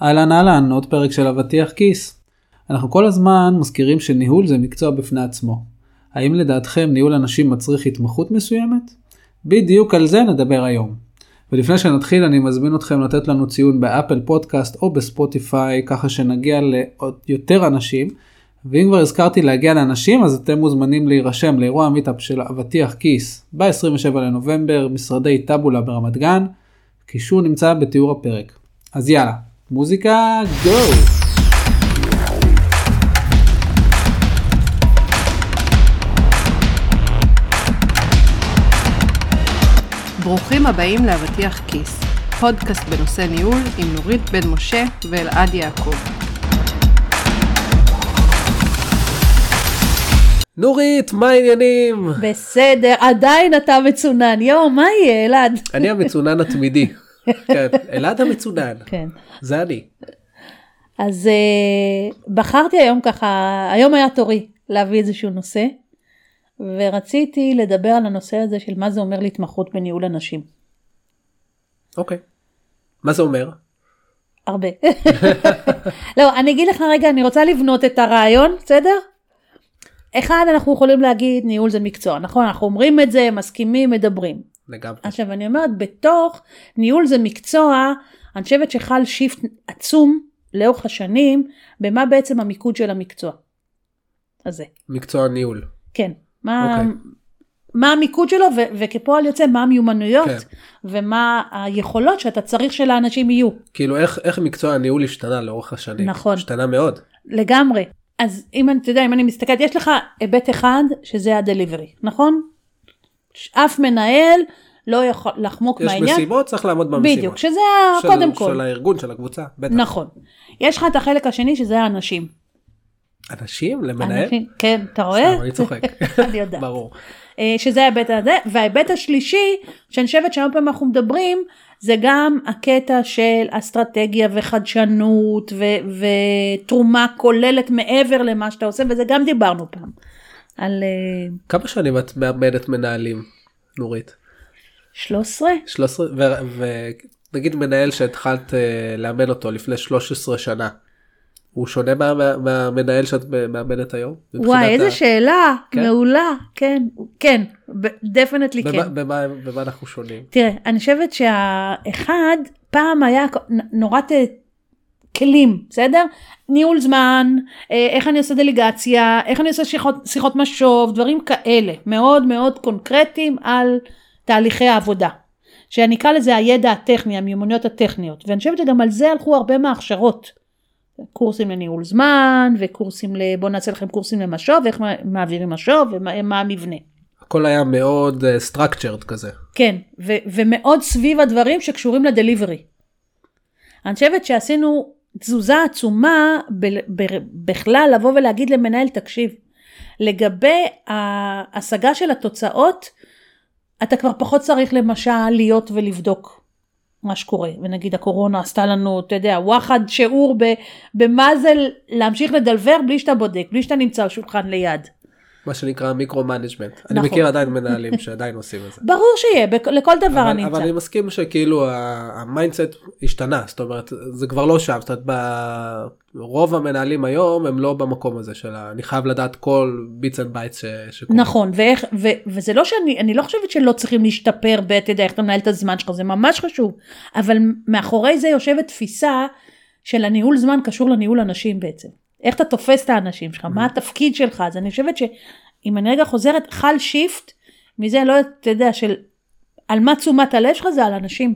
אהלן, עוד פרק של אבטיח כיס. אנחנו כל הזמן מזכירים שניהול זה מקצוע בפני עצמו. האם לדעתכם ניהול אנשים מצריך התמחות מסוימת? בדיוק על זה נדבר היום. ולפני שנתחיל אני מזמין אתכם לתת לנו ציון באפל פודקאסט או בספוטיפיי, ככה שנגיע לעוד יותר אנשים. ואם כבר הזכרתי להגיע לאנשים, אז אתם מוזמנים להירשם לאירוע המיטאפ של אבטיח כיס ב-27 לנובמבר, משרדי טאבולה ברמת גן. קישור נמצא בתיאור הפרק. אז יאללה, מוזיקה, גו! ברוכים הבאים לאבטיח כיס, פודקאסט בנושא ניהול עם נורית בן משה ואלעד יעקב. נורית, מה העניינים? בסדר, עדיין אתה מצונן. מה יהיה, אלעד? אני המצונן התמידי. כן, אלעד המצונן. כן. זה אני. אז בחרתי היום ככה, היום היה תורי להביא איזשהו נושא, ורציתי לדבר על הנושא הזה של מה זה אומר להתמחות בניהול אנשים. אוקיי. מה זה אומר? הרבה. לא, אני אגיד לך רגע, אני רוצה לבנות את הרעיון, בסדר? אחד, אנחנו יכולים להגיד ניהול זה מקצוע, נכון? אנחנו אומרים את זה, מסכימים, מדברים. לגמרי. עכשיו אני אומרת, בתוך ניהול זה מקצוע, אני חושבת שחל שיפט עצום לאורך השנים, במה בעצם המיקוד של המקצוע הזה. מקצוע ניהול. כן. מה המיקוד שלו, וכפועל יוצא, מה המיומנויות, כן. ומה היכולות שאתה צריך שלאנשים יהיו. כאילו, איך מקצוע הניהול השתנה לאורך השנים? נכון. השתנה מאוד. לגמרי. אז אם אני מסתכלת, יש לך היבט אחד, שזה הדליברי, נכון? אף מנהל לא יכול לחמוק מהעניין. יש משימות, צריך לעמוד במשימות. בדיוק, שזה קודם כל. של הארגון, של הקבוצה, בטח. נכון. יש לך את החלק השני, שזה האנשים. אנשים? למנהל? כן, אתה רואה? סתם, אני צוחק. אני יודעת. ברור. שזה ההיבט הזה, וההיבט השלישי, שאני חושבת שהיום פעם אנחנו מדברים, זה גם הקטע של אסטרטגיה וחדשנות, ותרומה כוללת מעבר למה שאתה עושה, וזה גם דיברנו פעם. על... כמה שנים את מאמנת מנהלים, נורית? 13. 13, ונגיד מנהל שהתחלת לאמן אותו לפני 13 שנה. הוא שונה מהמנהל שאת מאמנת היום? וואי, איזה שאלה, מעולה, כן, דפנטלי כן. במה אנחנו שונים? תראה, אני חושבת שהאחד, פעם היה נורא כלים, בסדר? ניהול זמן, איך אני עושה דליגציה, איך אני עושה שיחות משוב, דברים כאלה, מאוד מאוד קונקרטיים על תהליכי העבודה. שאני אקרא לזה הידע הטכני, המיומנויות הטכניות, ואני חושבת שגם על זה הלכו הרבה מההכשרות. קורסים לניהול זמן, וקורסים בוא נעשה לכם קורסים למשוב, ואיך מעבירים משוב, ומה המבנה. הכל היה מאוד structured כזה. כן, ומאוד סביב הדברים שקשורים לדליברי. אני חושבת שעשינו תזוזה עצומה, בכלל לבוא ולהגיד למנהל, תקשיב, לגבי ההשגה של התוצאות, אתה כבר פחות צריך למשל להיות ולבדוק. מה שקורה, ונגיד הקורונה עשתה לנו, אתה יודע, וואחד שיעור במה זה להמשיך לדלבר בלי שאתה בודק, בלי שאתה נמצא על שולחן ליד. מה שנקרא מיקרו-מנג'מנט. אני מכיר עדיין מנהלים שעדיין עושים את זה. ברור שיהיה, לכל דבר אני אמצא. אבל אני מסכים שכאילו המיינדסט השתנה, זאת אומרת, זה כבר לא שם, זאת אומרת, רוב המנהלים היום הם לא במקום הזה של אני חייב לדעת כל ביטס אנד בייטס שקורה. נכון, וזה לא אני לא חושבת שלא צריכים להשתפר אתה יודע, איך אתה מנהל את הזמן שלך, זה ממש חשוב, אבל מאחורי זה יושבת תפיסה של הניהול זמן קשור לניהול אנשים בעצם. איך אתה תופס את האנשים שלך, מה התפקיד שלך, אז אני חושבת שאם אני רגע חוזרת, חל שיפט, מזה לא, אתה יודע, של על מה תשומת הלב שלך זה על אנשים.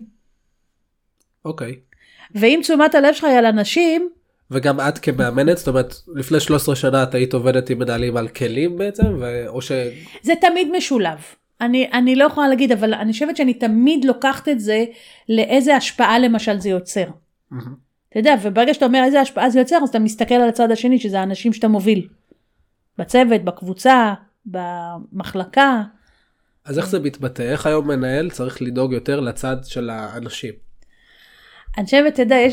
אוקיי. ואם תשומת הלב שלך היא על אנשים, וגם את כמאמנת, זאת אומרת, לפני 13 שנה את היית עובדת עם מנהלים על כלים בעצם, או זה תמיד משולב. אני לא יכולה להגיד, אבל אני חושבת שאני תמיד לוקחת את זה, לאיזה השפעה למשל זה יוצר. אתה יודע, וברגע שאתה אומר איזה השפעה זה יוצר, אז אתה מסתכל על הצד השני, שזה האנשים שאתה מוביל. בצוות, בקבוצה, במחלקה. אז איך זה מתבטא? איך היום מנהל צריך לדאוג יותר לצד של האנשים? אני חושבת, אתה יודע, יש,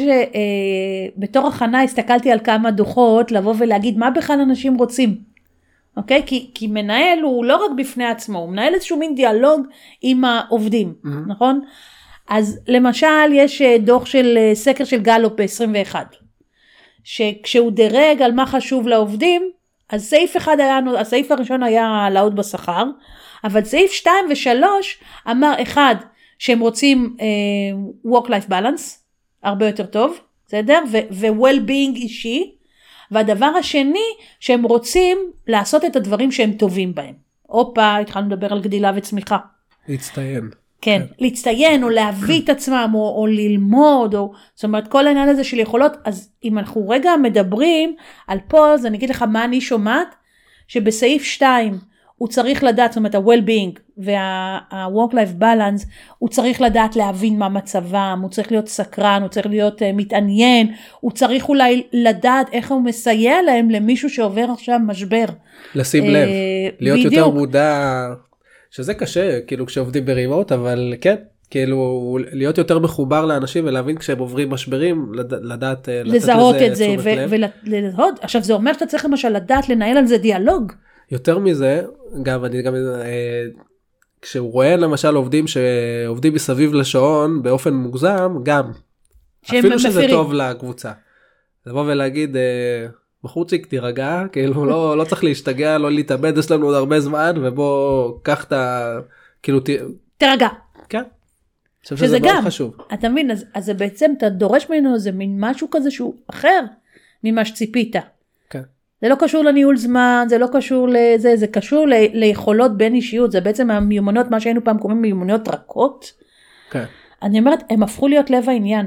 בתור הכנה הסתכלתי על כמה דוחות, לבוא ולהגיד מה בכלל אנשים רוצים. אוקיי? כי מנהל הוא לא רק בפני עצמו, הוא מנהל איזשהו מין דיאלוג עם העובדים, נכון? אז למשל יש דוח של סקר של גלופ ב-21, שכשהוא דירג על מה חשוב לעובדים, אז הסעיף הראשון היה העלאות בשכר, אבל סעיף 2 ו3 אמר אחד, שהם רוצים work-life balance, הרבה יותר טוב, בסדר? ו-well-being אישי, והדבר השני, שהם רוצים לעשות את הדברים שהם טובים בהם. אופה, התחלנו לדבר על גדילה וצמיחה. להצטיין. כן, להצטיין או להביא את עצמם או ללמוד, זאת אומרת כל העניין הזה של יכולות, אז אם אנחנו רגע מדברים על פה, אז אני אגיד לך מה אני שומעת, שבסעיף 2 הוא צריך לדעת, זאת אומרת ה-well-being וה-work-life balance, הוא צריך לדעת להבין מה מצבם, הוא צריך להיות סקרן, הוא צריך להיות מתעניין, הוא צריך אולי לדעת איך הוא מסייע להם למישהו שעובר עכשיו משבר. לשים לב, להיות יותר מודע, שזה קשה, כאילו כשעובדים ברימוט, אבל כן, כאילו להיות יותר מחובר לאנשים ולהבין כשהם עוברים משברים, לדעת לזהות את זה ולזהות. עכשיו זה אומר שאתה צריך למשל לדעת לנהל על זה דיאלוג. יותר מזה, גם כשהוא רואה למשל עובדים שעובדים מסביב לשעון באופן מוגזם, גם אפילו שזה טוב לקבוצה. לבוא ולהגיד, בחורציק תירגע, כאילו לא צריך להשתגע, לא להתאבד, יש לנו עוד הרבה זמן, ובוא קח את כאילו תירגע. כן. שזה מאוד חשוב. אתה מבין, אז זה בעצם, אתה דורש ממנו, זה מין משהו כזה שהוא אחר ממה שציפית. כן. זה לא קשור לניהול זמן, זה לא קשור לזה, זה קשור ליכולות בין אישיות, זה בעצם המיומנויות, מה שהיינו פעם קוראים מיומנויות רכות. כן. אני אומרת, הם הפכו להיות לב העניין.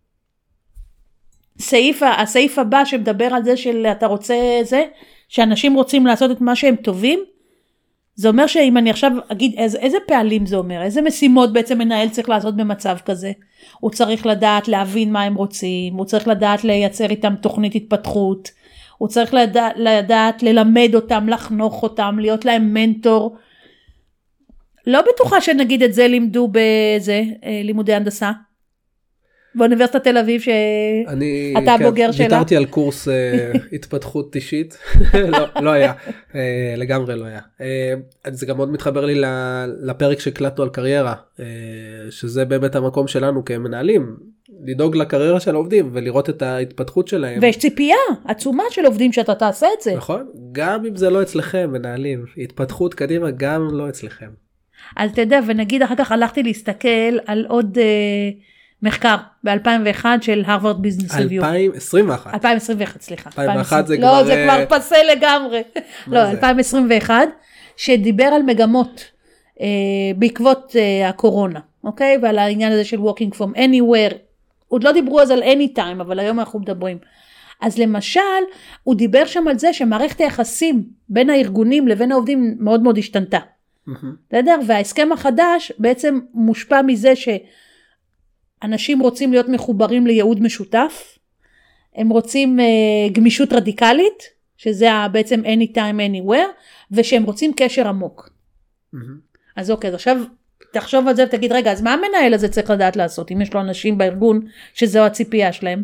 הסעיף הבא שמדבר על זה של אתה רוצה זה, שאנשים רוצים לעשות את מה שהם טובים, זה אומר שאם אני עכשיו אגיד איזה פעלים זה אומר, איזה משימות בעצם מנהל צריך לעשות במצב כזה, הוא צריך לדעת להבין מה הם רוצים, הוא צריך לדעת לייצר איתם תוכנית התפתחות, הוא צריך לדעת ללמד אותם, לחנוך אותם, להיות להם מנטור. לא בטוחה שנגיד את זה לימדו בזה, לימודי הנדסה. באוניברסיטת תל אביב שאתה בוגר שלה. ויתרתי על קורס התפתחות אישית, לא היה, לגמרי לא היה. זה גם מאוד מתחבר לי לפרק שהקלטנו על קריירה, שזה באמת המקום שלנו כמנהלים, לדאוג לקריירה של העובדים ולראות את ההתפתחות שלהם. ויש ציפייה עצומה של עובדים שאתה תעשה את זה. נכון, גם אם זה לא אצלכם מנהלים, התפתחות קדימה גם לא אצלכם. אז אתה יודע, ונגיד אחר כך הלכתי להסתכל על עוד מחקר ב-2001 של הרווארד ביזנס ריוויו. 2021, סליחה. 2001 זה לא, זה כבר פסה לגמרי. לא, 2021, שדיבר על מגמות בעקבות הקורונה, אוקיי? ועל העניין הזה של working from anywhere. עוד לא דיברו אז על anytime, אבל היום אנחנו מדברים. אז למשל, הוא דיבר שם על זה שמערכת היחסים בין הארגונים לבין העובדים מאוד מאוד השתנתה. בסדר? וההסכם החדש בעצם מושפע מזה שאנשים רוצים להיות מחוברים לייעוד משותף, הם רוצים גמישות רדיקלית, שזה בעצם anytime anywhere, ושהם רוצים קשר עמוק. אז אוקיי, אז עכשיו תחשוב על זה ותגיד, רגע, אז מה המנהל הזה צריך לדעת לעשות, אם יש לו אנשים בארגון שזו הציפייה שלהם?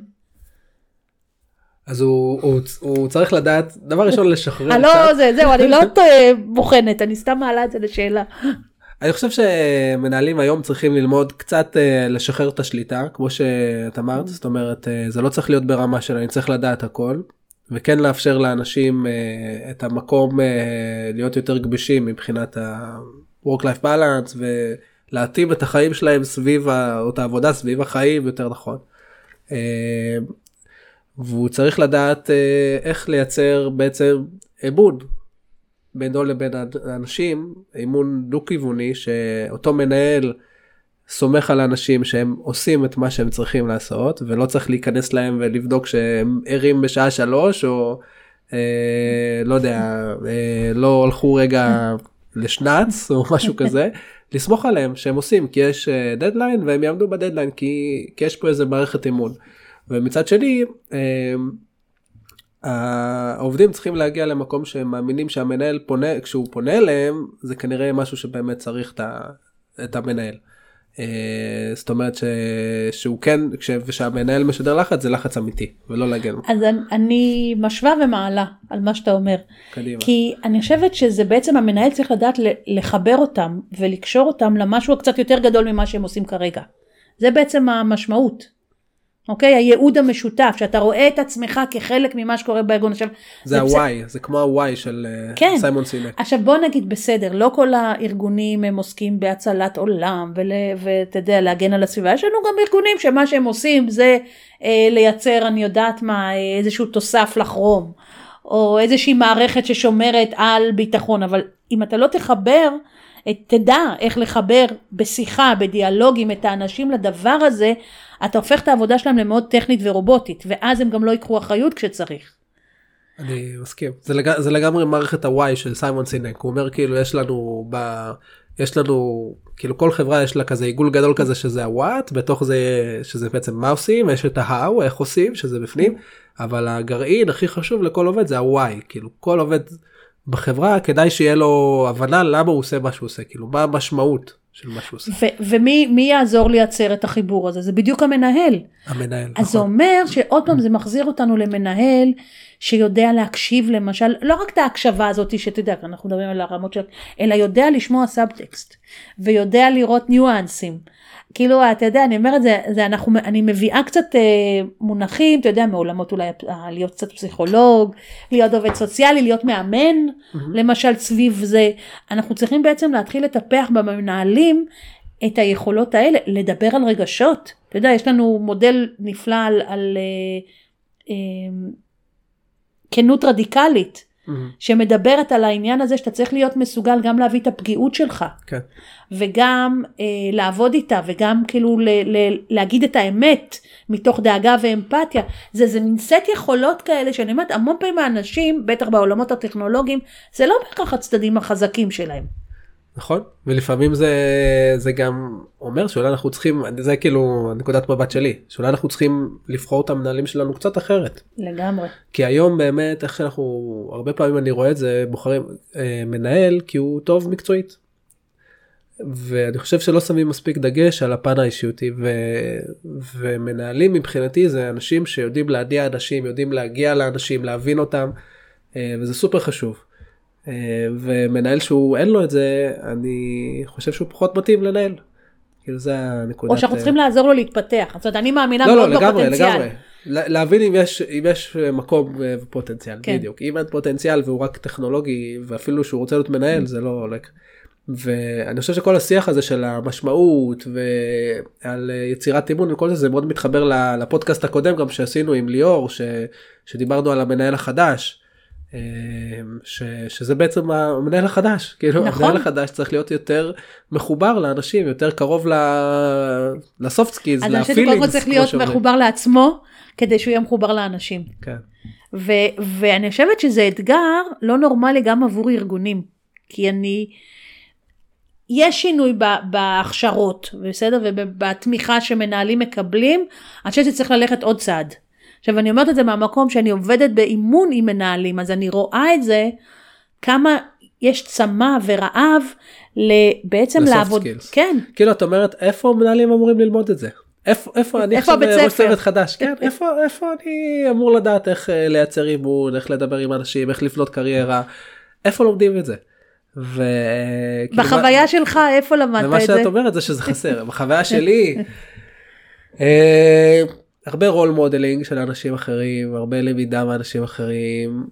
אז הוא צריך לדעת, דבר ראשון לשחרר. לא, זהו, אני לא בוחנת, אני סתם מעלה את זה לשאלה. אני חושב שמנהלים היום צריכים ללמוד קצת לשחרר את השליטה, כמו שאת אמרת, זאת אומרת, זה לא צריך להיות ברמה של אני צריך לדעת הכל, וכן לאפשר לאנשים את המקום להיות יותר גמישים מבחינת ה-work-life balance, ולהתאים את החיים שלהם סביב אותה עבודה, סביב החיים, יותר נכון. והוא צריך לדעת איך לייצר בעצם אמון בינו לבין האנשים, אמון דו-כיווני, שאותו מנהל סומך על האנשים שהם עושים את מה שהם צריכים לעשות, ולא צריך להיכנס להם ולבדוק שהם ערים בשעה 3, או לא יודע, לא הלכו רגע לשנץ, או משהו כזה, לסמוך עליהם שהם עושים, כי יש דדליין, והם יעמדו בדדליין, כי יש פה איזה מערכת אמון. ומצד שני, העובדים צריכים להגיע למקום שהם מאמינים שהמנהל פונה, כשהוא פונה אליהם, זה כנראה משהו שבאמת צריך את המנהל. זאת אומרת שהוא כן, כשהמנהל משדר לחץ, זה לחץ אמיתי, ולא להגן. אז אני משווה ומעלה על מה שאתה אומר. קדימה. כי אני חושבת שזה בעצם המנהל צריך לדעת לחבר אותם, ולקשור אותם למשהו קצת יותר גדול ממה שהם עושים כרגע. זה בעצם המשמעות. אוקיי? הייעוד המשותף, שאתה רואה את עצמך כחלק ממה שקורה בארגון. עכשיו, זה ה-Y, זה כמו ה-Y של סיימון סינק. עכשיו בוא נגיד בסדר, לא כל הארגונים הם עוסקים בהצלת עולם, ואתה יודע, להגן על הסביבה. יש לנו גם ארגונים שמה שהם עושים זה לייצר, אני יודעת מה, איזשהו תוסף לחרום, או איזושהי מערכת ששומרת על ביטחון, אבל אם אתה לא תחבר, תדע איך לחבר בשיחה, בדיאלוגים את האנשים לדבר הזה, אתה הופך את העבודה שלהם למאוד טכנית ורובוטית, ואז הם גם לא יקחו אחריות כשצריך. אני מסכים. זה לגמרי מערכת ה-Y של סיימון סינק. הוא אומר כאילו יש לנו, כאילו כל חברה יש לה כזה עיגול גדול כזה שזה ה-What, בתוך זה שזה בעצם מה עושים, יש את ה-How, איך עושים, שזה בפנים, אבל הגרעין הכי חשוב לכל עובד זה ה-Y. כאילו כל עובד בחברה כדאי שיהיה לו הבנה למה הוא עושה מה שהוא עושה, כאילו מה המשמעות של מה שהוא עושה. ומי יעזור לייצר את החיבור הזה? זה בדיוק המנהל. המנהל. אז זה אומר שעוד פעם זה מחזיר אותנו למנהל שיודע להקשיב למשל, לא רק את ההקשבה הזאת שתדע, אנחנו מדברים על הרמות של, אלא יודע לשמוע סאבטקסט, ויודע לראות ניואנסים. כאילו, אתה יודע, אני אומרת, אני מביאה קצת מונחים, אתה יודע, מעולמות אולי להיות קצת פסיכולוג, להיות עובד סוציאלי, להיות מאמן, למשל סביב זה. אנחנו צריכים בעצם להתחיל לטפח במנהלים את היכולות האלה, לדבר על רגשות. אתה יודע, יש לנו מודל נפלא על כנות רדיקלית, שמדברת על העניין הזה שאתה צריך להיות מסוגל גם להביא את הפגיעות שלך, וגם לעבוד איתה, וגם כאילו להגיד את האמת מתוך דאגה ואמפתיה. זה מין סט יכולות כאלה שאני אומרת, המון פעמים האנשים, בטח בעולמות הטכנולוגיים, זה לא בהכרח הצדדים החזקים שלהם. נכון, ולפעמים זה גם אומר שאולי אנחנו צריכים, זה כאילו נקודת מבט שלי, שאולי אנחנו צריכים לבחור את המנהלים שלנו קצת אחרת. לגמרי. כי היום באמת, איך שאנחנו, הרבה פעמים אני רואה את זה, בוחרים מנהל כי הוא טוב מקצועית. ואני חושב שלא שמים מספיק דגש על הפן האישיותי, ומנהלים מבחינתי זה אנשים שיודעים להדיע אנשים, יודעים להגיע לאנשים, להבין אותם, וזה סופר חשוב. ומנהל שהוא אין לו את זה, אני חושב שהוא פחות מתאים לנהל. כאילו זה הנקודה. או שאנחנו צריכים לעזור לו להתפתח. זאת אומרת, אני מאמינה לא, מאוד לגמרי, בפוטנציאל. לגמרי. להבין אם יש מקום ופוטנציאל, בדיוק. אם אין פוטנציאל והוא רק טכנולוגי, ואפילו שהוא רוצה להיות מנהל, זה לא הולך. ואני חושב שכל השיח הזה של המשמעות ועל יצירת אימון וכל זה, זה מאוד מתחבר לפודקאסט הקודם גם שעשינו עם ליאור, שדיברנו על המנהל החדש. שזה בעצם המנהל החדש, כאילו המנהל החדש צריך להיות יותר מחובר לאנשים, יותר קרוב לסופט סקילס, לפילינגס. אז אני חושבת שהוא צריך להיות מחובר לעצמו, כדי שהוא יהיה מחובר לאנשים. כן. ואני חושבת שזה אתגר לא נורמלי גם עבור ארגונים, כי יש שינוי בהכשרות, בסדר? ובתמיכה שמנהלים מקבלים, אני חושבת שצריך ללכת עוד צעד. עכשיו אני אומרת את זה מהמקום שאני עובדת באימון עם מנהלים, אז אני רואה את זה, כמה יש צמא ורעב בעצם לעבוד. כן. כאילו את אומרת, איפה מנהלים אמורים ללמוד את זה? איפה אני עכשיו ראש צוות חדש? כן, איפה אני אמור לדעת איך לייצר אימון, איך לדבר עם אנשים, איך לפנות קריירה, איפה לומדים את זה? בחוויה שלך, איפה למדת את זה? ומה שאת אומרת זה שזה חסר, בחוויה שלי, הרבה רול מודלינג של אנשים אחרים, הרבה למידה מאנשים אחרים,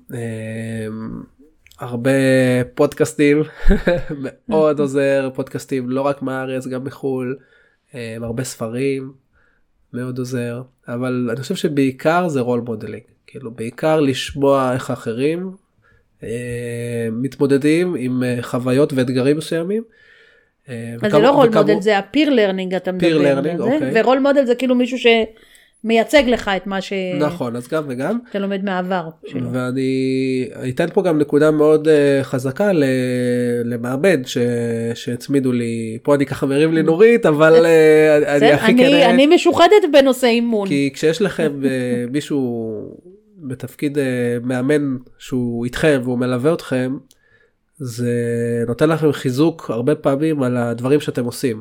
הרבה פודקאסטים, מאוד עוזר, פודקאסטים לא רק מהארץ, גם בחול, הרבה ספרים, מאוד עוזר, אבל אני חושב שבעיקר זה רול מודלינג, כאילו בעיקר לשמוע איך אחרים מתמודדים עם חוויות ואתגרים מסוימים. אז זה לא רול מודל, זה הפיר לרנינג אתה מדבר על זה, ורול מודל זה כאילו מישהו שמייצג לך את מה ש... נכון, אז גם וגם. אתה לומד מהעבר שלו. ואני אתן פה גם נקודה מאוד חזקה למאמן שהצמידו לי, פה אני ככה מרים לי נורית, אבל אני הכי כנראה... אני משוחדת בנושא אימון. כי כשיש לכם מישהו בתפקיד מאמן שהוא איתכם והוא מלווה אתכם, זה נותן לכם חיזוק הרבה פעמים על הדברים שאתם עושים.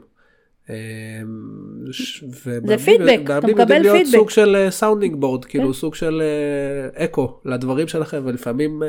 זה פידבק, אתה מקבל פידבק. סוג של סאונדינג בורד, כאילו סוג של אקו לדברים שלכם, ולפעמים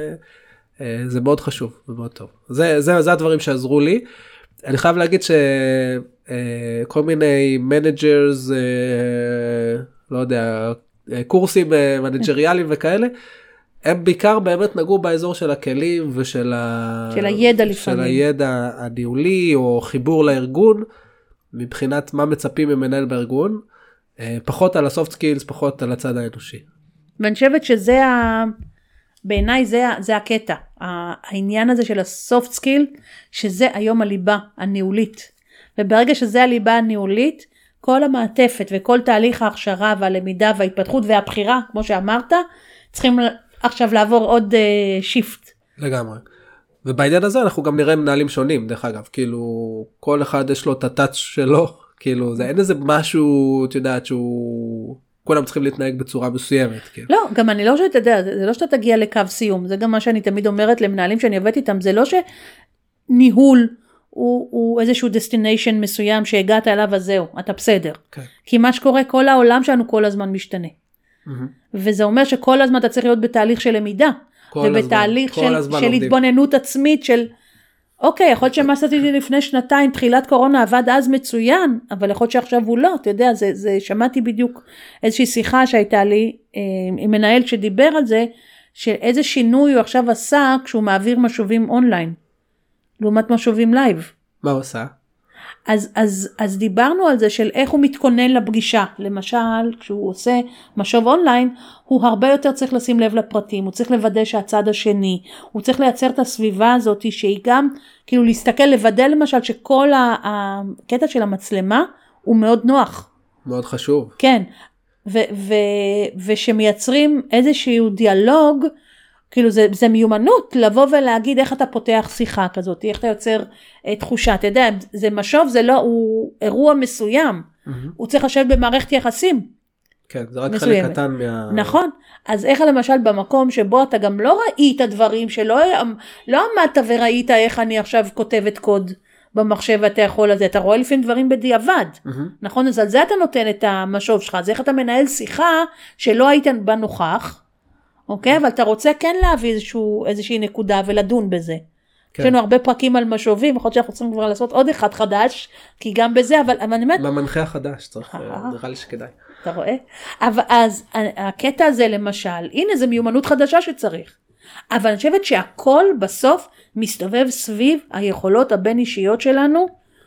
זה מאוד חשוב ומאוד טוב. זה הדברים שעזרו לי. אני חייב להגיד כל מיני מנג'רס, לא יודע, קורסים מנג'ריאליים וכאלה, הם בעיקר באמת נגעו באזור של הכלים ושל הידע לפעמים. של הידע הניהולי או חיבור לארגון, מבחינת מה מצפים ממנהל בארגון, פחות על הסופט סקילס, פחות על הצד האנושי. ואני חושבת שזה, בעיניי זה הקטע, העניין הזה של הסופט סקיל, שזה היום הליבה הניהולית. וברגע שזה הליבה הניהולית, כל המעטפת וכל תהליך ההכשרה והלמידה וההתפתחות והבחירה, כמו שאמרת, צריכים עכשיו לעבור עוד שיפט. לגמרי. ובעניין הזה אנחנו גם נראה מנהלים שונים, דרך אגב, כאילו כל אחד יש לו את הטאץ' שלו, כאילו זה אין איזה משהו, את יודעת, שהוא כולם צריכים להתנהג בצורה מסוימת. כאילו. לא, גם אני לא שאתה יודע, זה לא שאתה תגיע לקו סיום, זה גם מה שאני תמיד אומרת למנהלים שאני עובדת איתם, זה לא שניהול הוא איזשהו destination מסוים שהגעת אליו אז זהו, אתה בסדר. Okay. כי מה שקורה, כל העולם שלנו כל הזמן משתנה. וזה אומר שכל הזמן אתה צריך להיות בתהליך של למידה, ובתהליך של התבוננות עצמית של, אוקיי, יכול להיות שמה עשיתי לפני שנתיים, תחילת קורונה עבד אז מצוין, אבל יכול להיות שעכשיו הוא לא, אתה יודע, שמעתי בדיוק איזושהי שיחה שהייתה לי, עם מנהל שדיבר על זה, שאיזה שינוי הוא עכשיו עשה, כשהוא מעביר משובים אונליין, לעומת משובים לייב. מה הוא עושה? אז דיברנו על זה של איך הוא מתכונן לפגישה, למשל כשהוא עושה משוב אונליין, הוא הרבה יותר צריך לשים לב לפרטים, הוא צריך לוודא שהצד השני, הוא צריך לייצר את הסביבה הזאת שהיא גם, כאילו להסתכל, לוודא למשל שכל הקטע של המצלמה הוא מאוד נוח. מאוד חשוב. כן, ושמייצרים איזשהו דיאלוג, כאילו זה מיומנות לבוא ולהגיד איך אתה פותח שיחה כזאת, איך אתה יוצר תחושה, אתה יודע, זה משוב, זה לא, הוא אירוע מסוים, הוא צריך לשבת במערכת יחסים. כן, זה רק חלק קטן נכון, אז איך למשל במקום שבו אתה גם לא ראית דברים, שלא עמדת וראית איך אני עכשיו כותבת קוד במחשב ואתה יכול לזה, אתה רואה לפעמים דברים בדיעבד, נכון, אז על זה אתה נותן את המשוב שלך, אז איך אתה מנהל שיחה שלא היית בנוכח, אוקיי, אבל אתה רוצה כן להביא איזושהי נקודה ולדון בזה. יש לנו הרבה פרקים על משובים, יכול להיות שאנחנו צריכים כבר לעשות עוד אחד חדש, כי גם בזה, אבל אני אומרת... במנחה החדש צריך, נראה לי שכדאי. אתה רואה? אז הקטע הזה למשל, הנה זה מיומנות חדשה שצריך. אבל אני חושבת שהכל בסוף מסתובב סביב היכולות הבין אישיות שלנו.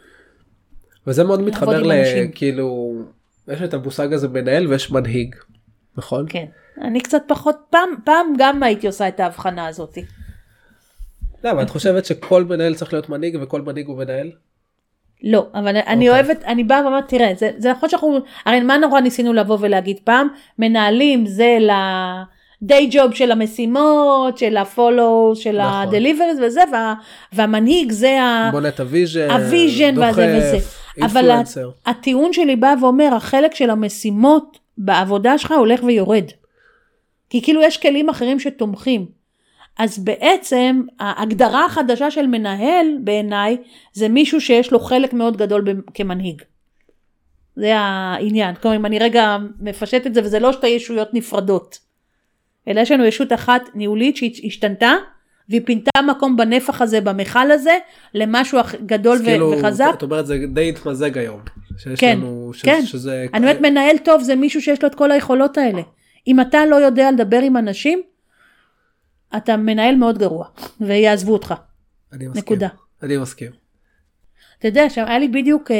וזה מאוד מתחבר כאילו, יש את המושג הזה מנהל ויש מנהיג, נכון? כן. אני קצת פחות, פעם גם הייתי עושה את ההבחנה הזאת. למה, את חושבת שכל מנהל צריך להיות מנהיג וכל מנהיג הוא מנהל? לא, אבל אני אוהבת, אני באה ואומרת, תראה, זה נכון שאנחנו, הרי מה נורא ניסינו לבוא ולהגיד פעם, מנהלים זה ל-day job של המשימות, של ה-follow, של ה-deliveries וזה, והמנהיג זה בונה את הוויז'ן, דוחף, אבל הטיעון שלי בא ואומר, החלק של המשימות בעבודה שלך הולך ויורד. כי כאילו יש כלים אחרים שתומכים. אז בעצם ההגדרה החדשה של מנהל בעיניי, זה מישהו שיש לו חלק מאוד גדול כמנהיג. זה העניין. כלומר, אם אני רגע מפשט את זה, וזה לא שתי ישויות נפרדות. אלא יש לנו ישות אחת ניהולית שהשתנתה, והיא פינתה מקום בנפח הזה, במחל הזה, למשהו גדול וחזק. זאת אומרת, זה די התמזג היום. כן, כן. אני אומרת, מנהל טוב זה מישהו שיש לו את כל היכולות האלה. אם אתה לא יודע לדבר עם אנשים, אתה מנהל מאוד גרוע, ויעזבו אותך. אני מסכים. נקודה. אני מסכים. אתה יודע, היה לי בדיוק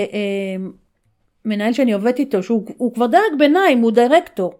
מנהל שאני עובדת איתו, שהוא כבר דרג ביניים, הוא דירקטור,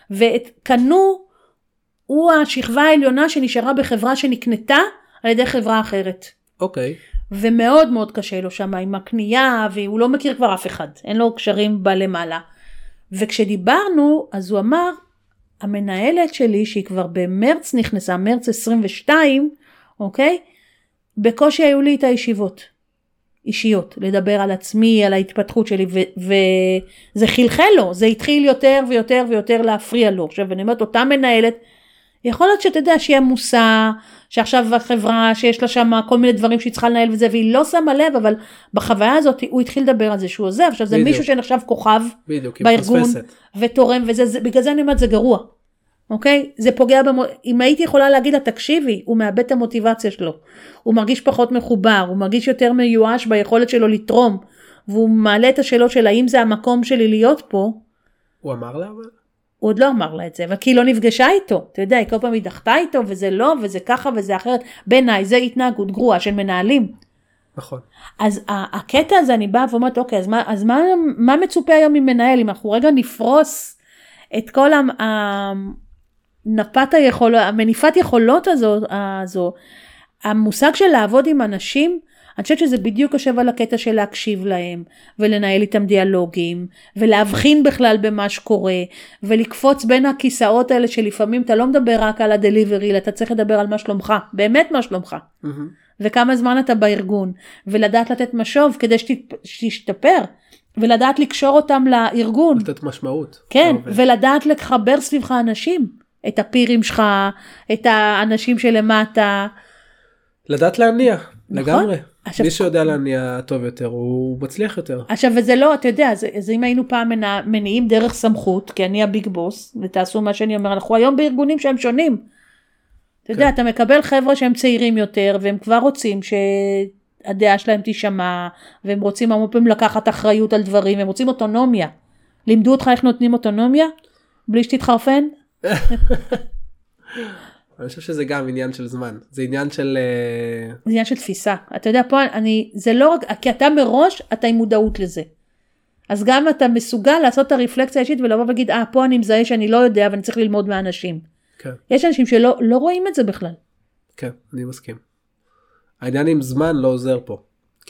וקנו, הוא השכבה העליונה שנשארה בחברה שנקנתה על ידי חברה אחרת. אוקיי. ומאוד מאוד קשה לו שם עם הקנייה, והוא לא מכיר כבר אף אחד, אין לו קשרים בלמעלה. וכשדיברנו, אז הוא אמר, המנהלת שלי, שהיא כבר במרץ נכנסה, מרץ 22, אוקיי? בקושי היו לי את הישיבות, אישיות, לדבר על עצמי, על ההתפתחות שלי, וזה חלחל לו, זה התחיל יותר ויותר ויותר להפריע לו. עכשיו, אני אומרת, אותה מנהלת, יכול להיות שאתה יודע שהיא עמוסה, שעכשיו החברה שיש לה שם כל מיני דברים שהיא צריכה לנהל וזה, והיא לא שמה לב, אבל בחוויה הזאת הוא התחיל לדבר על זה שהוא עוזב, עכשיו זה מישהו שנחשב כוכב בארגון, ותורם, בגלל זה אני אומרת, זה גרוע, אוקיי? זה פוגע, אם הייתי יכולה להגיד לה, תקשיבי, הוא מאבד את המוטיבציה שלו, הוא מרגיש פחות מחובר, הוא מרגיש יותר מיואש ביכולת שלו לתרום, והוא מעלה את השאלות של האם זה המקום שלי להיות פה, הוא אמר לה אבל? הוא עוד לא אמר לה את זה, אבל כי היא לא נפגשה איתו, אתה יודע, היא כל פעם היא דחתה איתו, וזה לא, וזה ככה, וזה אחרת, בעיניי, זה התנהגות גרועה של מנהלים. נכון. אז הקטע הזה אני באה ואומרת, אוקיי, אז מה מצופה היום ממנהל, אם אנחנו רגע נפרוס את כל המניפת יכולות הזו, המושג של לעבוד עם אנשים, אני חושבת שזה בדיוק יושב על הקטע של להקשיב להם, ולנהל איתם דיאלוגים, ולהבחין בכלל במה שקורה, ולקפוץ בין הכיסאות האלה שלפעמים אתה לא מדבר רק על הדליברי, אתה צריך לדבר על מה שלומך, באמת מה שלומך. וכמה זמן אתה בארגון, ולדעת לתת משוב כדי שתשתפר, ולדעת לקשור אותם לארגון. לתת משמעות. כן, ולדעת לחבר סביבך אנשים, את הפירים שלך, את האנשים שלמטה. לדעת להניע, נכון? לגמרי. עכשיו, מי שיודע להניע טוב יותר, הוא מצליח יותר. עכשיו, וזה לא, אתה יודע, אז אם היינו פעם מניעים דרך סמכות, כי אני הביג בוס, ותעשו מה שאני אומר, אנחנו היום בארגונים שהם שונים. אתה יודע, אתה מקבל חבר'ה שהם צעירים יותר, והם כבר רוצים שהדעה שלהם תשמע, והם רוצים הרבה פעמים לקחת אחריות על דברים, והם רוצים אוטונומיה. לימדו אותך איך נותנים אוטונומיה? בלי שתתחרפן? אני חושב שזה גם עניין של זמן. זה עניין של... זה עניין של תפיסה. אתה יודע, פה זה לא רק, כי אתה מראש, אתה עם מודעות לזה. אז גם אתה מסוגל לעשות את הרפלקציה האישית, ולבוא ולהגיד, פה אני מזהה שאני לא יודע, ואני צריך ללמוד מהאנשים. כן. יש אנשים שלא רואים את זה בכלל. כן, אני מסכים. העניין עם זמן לא עוזר פה.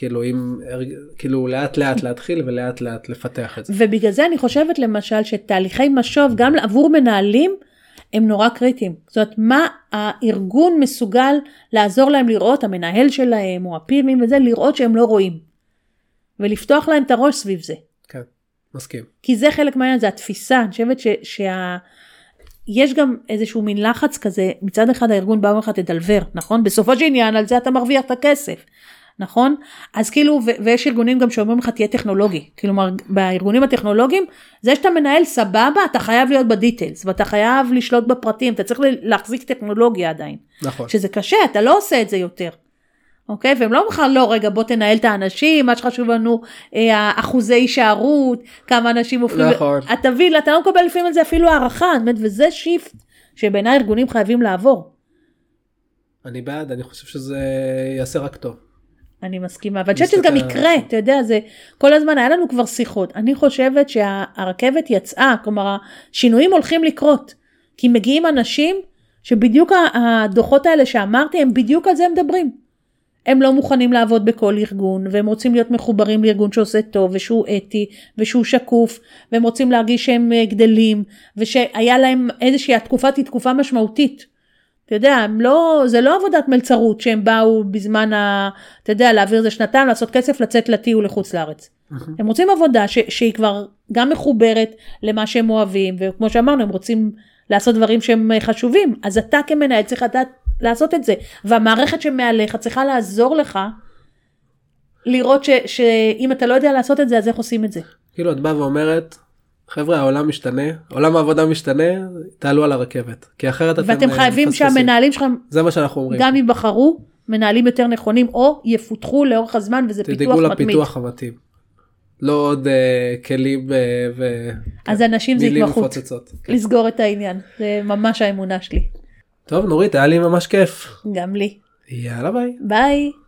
כאילו לאט לאט להתחיל ולאט לאט לפתח את זה. ובגלל זה אני חושבת למשל שתהליכי משוב גם עבור מנהלים הם נורא קריטיים. זאת אומרת, מה הארגון מסוגל לעזור להם לראות, המנהל שלהם או הפירים וזה, לראות שהם לא רואים. ולפתוח להם את הראש סביב זה. כן, מסכים. כי זה חלק מהעניין, זה התפיסה. אני חושבת יש גם איזשהו מין לחץ כזה, מצד אחד הארגון בא לך תדלבר, נכון? בסופו של עניין על זה אתה מרוויח את הכסף. נכון? אז כאילו, ויש ארגונים גם שאומרים לך תהיה טכנולוגי, כאילו בארגונים הטכנולוגיים, זה שאתה מנהל סבבה, אתה חייב להיות בדיטלס, ואתה חייב לשלוט בפרטים, אתה צריך להחזיק טכנולוגיה עדיין. נכון. שזה קשה, אתה לא עושה את זה יותר. אוקיי? והם לא אומרים לך, לא, רגע, בוא תנהל את האנשים, מה שחשוב לנו, אחוזי הישארות, כמה אנשים הופכים, נכון. אתה לא מקבל לפעמים על זה אפילו הערכה, וזה שיפט שבעיני הארגונים חייבים לעבור. אני בעד, אני חושב שזה יעשה רק טוב. אני מסכימה, אבל אני חושבת שזה גם יקרה, אתה יודע, זה כל הזמן היה לנו כבר שיחות, אני חושבת שהרכבת יצאה, כלומר, השינויים הולכים לקרות, כי מגיעים אנשים שבדיוק הדוחות האלה שאמרתי, הם בדיוק על זה מדברים, הם לא מוכנים לעבוד בכל ארגון, והם רוצים להיות מחוברים לארגון שעושה טוב, ושהוא אתי, ושהוא שקוף, והם רוצים להרגיש שהם גדלים, ושהיה להם איזושהי התקופה תקופה משמעותית, אתה יודע, זה לא עבודת מלצרות שהם באו בזמן, אתה יודע, להעביר זה שנתיים, לעשות כסף, לצאת לטיול לחוץ לארץ. הם רוצים עבודה שהיא כבר גם מחוברת למה שהם אוהבים, וכמו שאמרנו, הם רוצים לעשות דברים שהם חשובים, אז אתה כמנהל צריך לעשות את זה, והמערכת שמעליך צריכה לעזור לך, לראות שאם אתה לא יודע לעשות את זה, אז איך עושים את זה? כאילו את באה ואומרת, חבר'ה, העולם משתנה, עולם העבודה משתנה, תעלו על הרכבת. כי אחרת אתם ואתם חייבים שהמנהלים שלכם, זה מה שאנחנו אומרים. גם אם בחרו, מנהלים יותר נכונים, או יפותחו לאורך הזמן, וזה פיתוח מתמיד. תדאגו לפיתוח המתאים. לא עוד כלים אז אנשים זה התמחות. מפוצצות. לסגור את העניין. זה ממש האמונה שלי. טוב, נורית, היה לי ממש כיף. גם לי. יאללה, ביי. ביי.